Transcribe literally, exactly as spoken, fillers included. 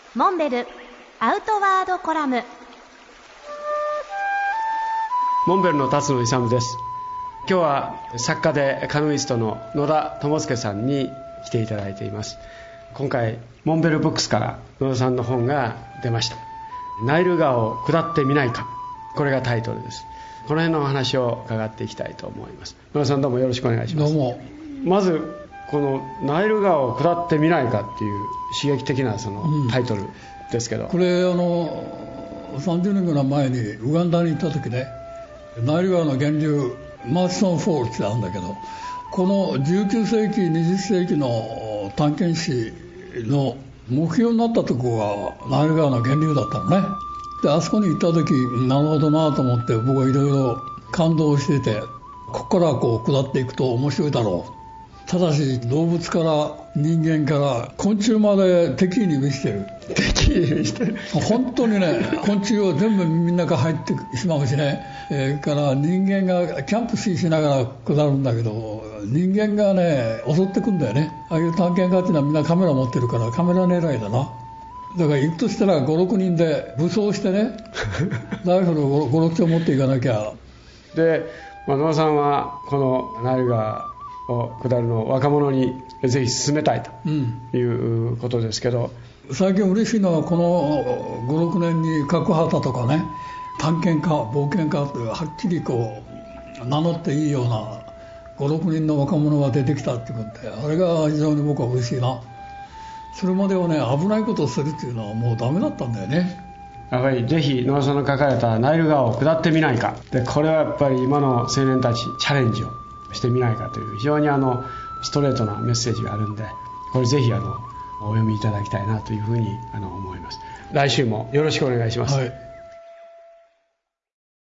モンベルアウトワードコラム。 モンベルの辰野勇です。今日は作家でカヌイストの野田智介さんに来ていただいています。今回モンベルブックスから野田さんの本が出ました。ナイル川を下ってみないか、これがタイトルです。この辺のお話を伺っていきたいと思います。野田さん、どうもよろしくお願いします。 どうも。 まずこのナイル川を下ってみないかっていう刺激的なそのタイトルですけど、 うん、これあのさんじゅうねんぐらい前にウガンダに行った時ね、ナイル川の源流マーチソンフォールってあるんだけど、このじゅうきゅうせいきにじゅっせいきの探検士の目標になったところがナイル川の源流だったのね。であそこに行った時、なるほどなと思って、僕はいろいろ感動してて、ここからこう下っていくと面白いだろう。ただし動物から人間から昆虫まで敵意に満ちてる。 敵意に満ちてる本当にね、昆虫を全部みんなが入ってしまうしね、えー、から人間がキャンプしながら下るんだけど、人間がね襲ってくんだよね。ああいう探検家っていうのはみんなカメラ持ってるからカメラ狙いだな。だから行くとしたらごろくにんで武装してねライフルをごろくちょう持っていかなきゃ。 で、まあ、野田さんはこのナイル川を下るのを若者にぜひ進めたいということですけど、 うん、最近嬉しいのはこのごろくねんに角畑とかね、探検家冒険家というはっきりこう名乗っていいようなごろくにんの若者が出てきたっていうことで、あれが非常に僕は嬉しいな。それまではね、危ないことをするっていうのはもうダメだったんだよね。 やっぱりぜひ野田さんの書かれたナイル川を下ってみないかで、これはやっぱり今の青年たちチャレンジをしてみないかという非常にあのストレートなメッセージがあるんで、これぜひあのお読みいただきたいなというふうにあの思います。来週もよろしくお願いします。 はい。